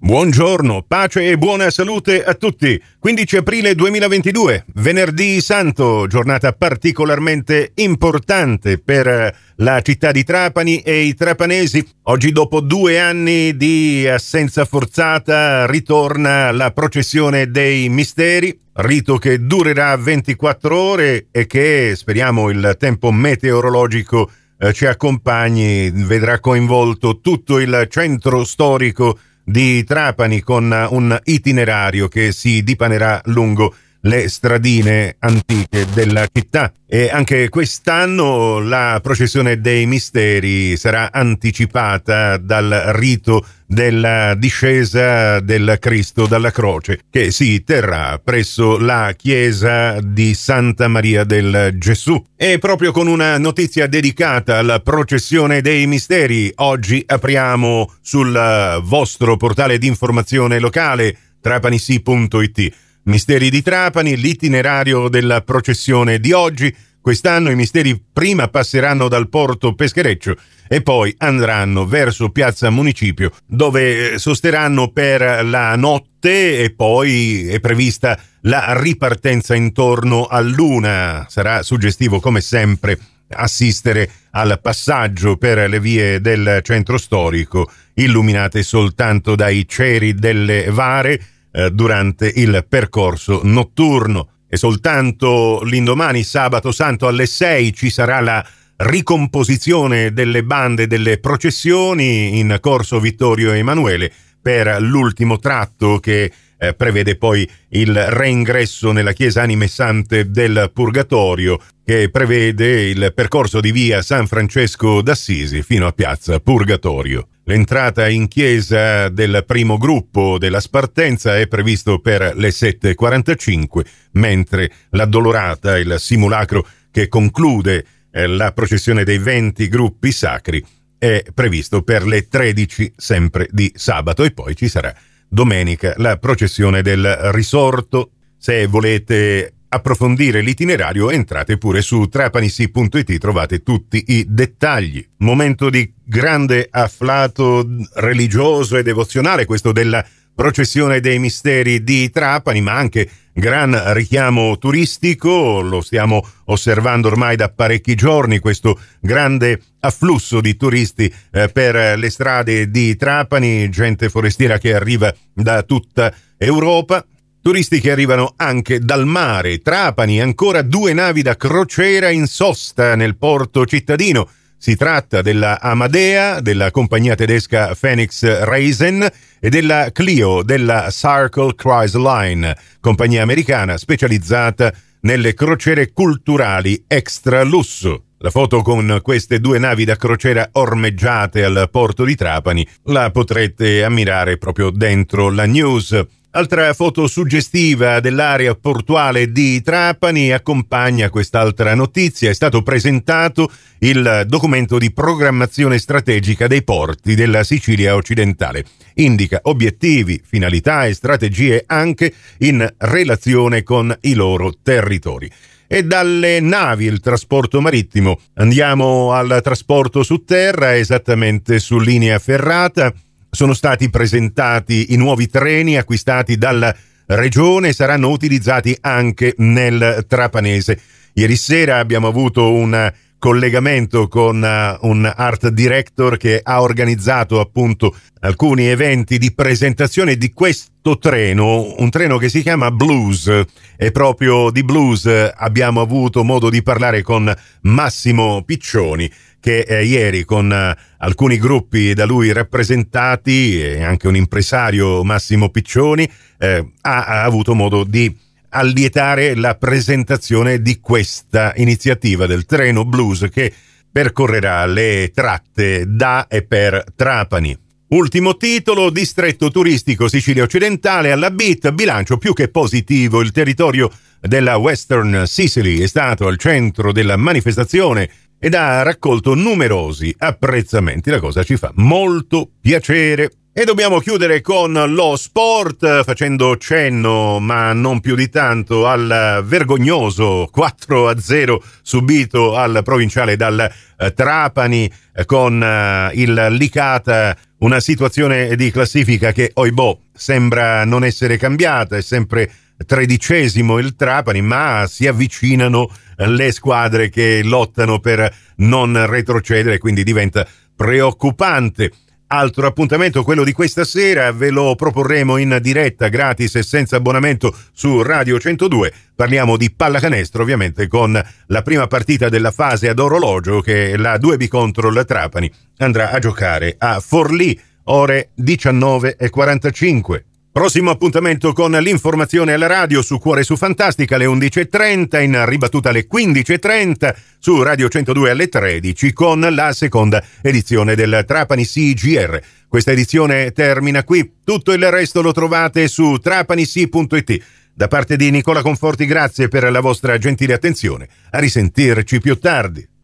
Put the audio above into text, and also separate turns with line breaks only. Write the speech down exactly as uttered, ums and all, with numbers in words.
Buongiorno, pace e buona salute a tutti. quindici aprile duemilaventidue, venerdì santo, giornata particolarmente importante per la città di Trapani e i trapanesi. Oggi, dopo due anni di assenza forzata, ritorna la processione dei misteri, rito che durerà ventiquattro ore e che, speriamo, il tempo meteorologico eh, ci accompagni, vedrà coinvolto tutto il centro storico di Trapani con un itinerario che si dipanerà lungo le stradine antiche della città. E anche quest'anno la processione dei misteri sarà anticipata dal rito della discesa del Cristo dalla croce, che si terrà presso la chiesa di Santa Maria del Gesù. E proprio con una notizia dedicata alla processione dei misteri, oggi apriamo sul vostro portale di informazione locale trapanisi punto it. Misteri di Trapani, l'itinerario della processione di oggi. Quest'anno i misteri prima passeranno dal porto Peschereccio e poi andranno verso Piazza Municipio, dove sosteranno per la notte e poi è prevista la ripartenza intorno all'una. Sarà suggestivo, come sempre, assistere al passaggio per le vie del centro storico, illuminate soltanto dai ceri delle vare durante il percorso notturno. E soltanto l'indomani, sabato santo, alle sei ci sarà la ricomposizione delle bande delle processioni in corso Vittorio Emanuele per l'ultimo tratto che eh, prevede poi il reingresso nella chiesa Anime Sante del Purgatorio, che prevede il percorso di via San Francesco d'Assisi fino a piazza Purgatorio. L'entrata in chiesa del primo gruppo della Spartenza è previsto per le sette e quarantacinque, mentre l'addolorata, il simulacro che conclude eh, la processione dei venti gruppi sacri, è previsto per le tredici sempre di sabato. E poi ci sarà domenica la processione del risorto. Se volete approfondire l'itinerario, entrate pure su trapanisi punto it, trovate tutti i dettagli. Momento di grande afflato religioso e devozionale, questo della processione dei misteri di Trapani, ma anche gran richiamo turistico. Lo stiamo osservando ormai da parecchi giorni, questo grande afflusso di turisti eh, per le strade di Trapani, gente forestiera che arriva da tutta Europa. Turisti che arrivano anche dal mare. Trapani, ancora due navi da crociera in sosta nel porto cittadino. Si tratta della Amadea, della compagnia tedesca Phoenix Reisen, e della Clio, della Circle Cruise Line, compagnia americana specializzata nelle crociere culturali extra lusso. La foto con queste due navi da crociera ormeggiate al porto di Trapani la potrete ammirare proprio dentro la news. Altra foto suggestiva dell'area portuale di Trapani accompagna quest'altra notizia. È stato presentato il documento di programmazione strategica dei porti della Sicilia occidentale. Indica obiettivi, finalità e strategie anche in relazione con i loro territori. E dalle navi, il trasporto marittimo, andiamo al trasporto su terra, esattamente su linea ferrata. Sono stati presentati i nuovi treni acquistati dalla regione e saranno utilizzati anche nel trapanese. Ieri sera abbiamo avuto un collegamento con uh, un art director che ha organizzato appunto alcuni eventi di presentazione di questo treno, un treno che si chiama Blues, e proprio di Blues abbiamo avuto modo di parlare con Massimo Piccioni, che eh, ieri con eh, alcuni gruppi da lui rappresentati e anche un impresario, Massimo Piccioni, eh, ha, ha avuto modo di allietare la presentazione di questa iniziativa del treno Blues che percorrerà le tratte da e per Trapani. Ultimo titolo, distretto turistico Sicilia occidentale alla B I T, bilancio più che positivo. Il territorio della Western Sicily è stato al centro della manifestazione ed ha raccolto numerosi apprezzamenti. La cosa ci fa molto piacere. E dobbiamo chiudere con lo sport, facendo cenno, ma non più di tanto, al vergognoso quattro a zero subito al provinciale dal eh, Trapani, eh, con eh, il Licata una situazione di classifica che, oibò, sembra non essere cambiata, è sempre tredicesimo il Trapani, ma si avvicinano le squadre che lottano per non retrocedere, quindi diventa preoccupante. Altro appuntamento, quello di questa sera, ve lo proporremo in diretta gratis e senza abbonamento su Radio centodue. Parliamo di pallacanestro, ovviamente, con la prima partita della fase ad orologio, che la due B contro il Trapani andrà a giocare a Forlì, ore diciannove e quarantacinque. Prossimo appuntamento con l'informazione alla radio su Cuore su Fantastica alle undici e trenta, in ribattuta alle quindici e trenta, su Radio centodue alle tredici con la seconda edizione del Trapani C G R. Questa edizione termina qui, tutto il resto lo trovate su trapanisi punto it. Da parte di Nicola Conforti, grazie per la vostra gentile attenzione, a risentirci più tardi.